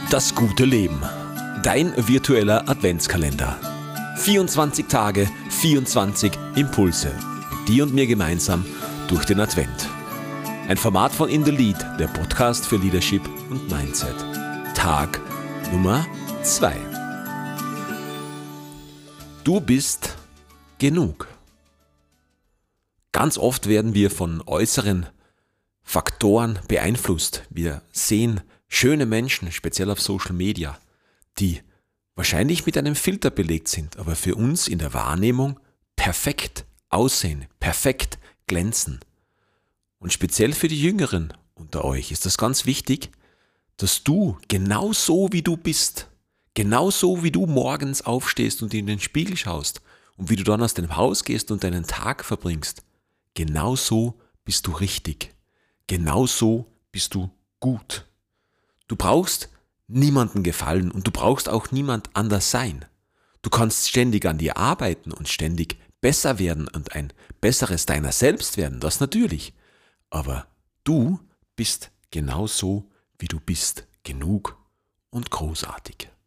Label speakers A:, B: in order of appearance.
A: Das gute Leben. Dein virtueller Adventskalender. 24 Tage, 24 Impulse. Mit dir und mir gemeinsam durch den Advent. Ein Format von In the Lead, der Podcast für Leadership und Mindset. Tag Nummer 2. Du bist genug. Ganz oft werden wir von äußeren Faktoren beeinflusst. Wir sehen schöne Menschen, speziell auf Social Media, die wahrscheinlich mit einem Filter belegt sind, aber für uns in der Wahrnehmung perfekt aussehen, perfekt glänzen. Und speziell für die Jüngeren unter euch ist das ganz wichtig, dass du genauso wie du bist, genauso wie du morgens aufstehst und in den Spiegel schaust und wie du dann aus dem Haus gehst und deinen Tag verbringst, genauso bist du richtig, genauso bist du gut. Du brauchst niemandem gefallen und du brauchst auch niemand anders sein. Du kannst ständig an dir arbeiten und ständig besser werden und ein besseres deiner selbst werden, das natürlich. Aber du bist genauso, wie du bist, genug und großartig.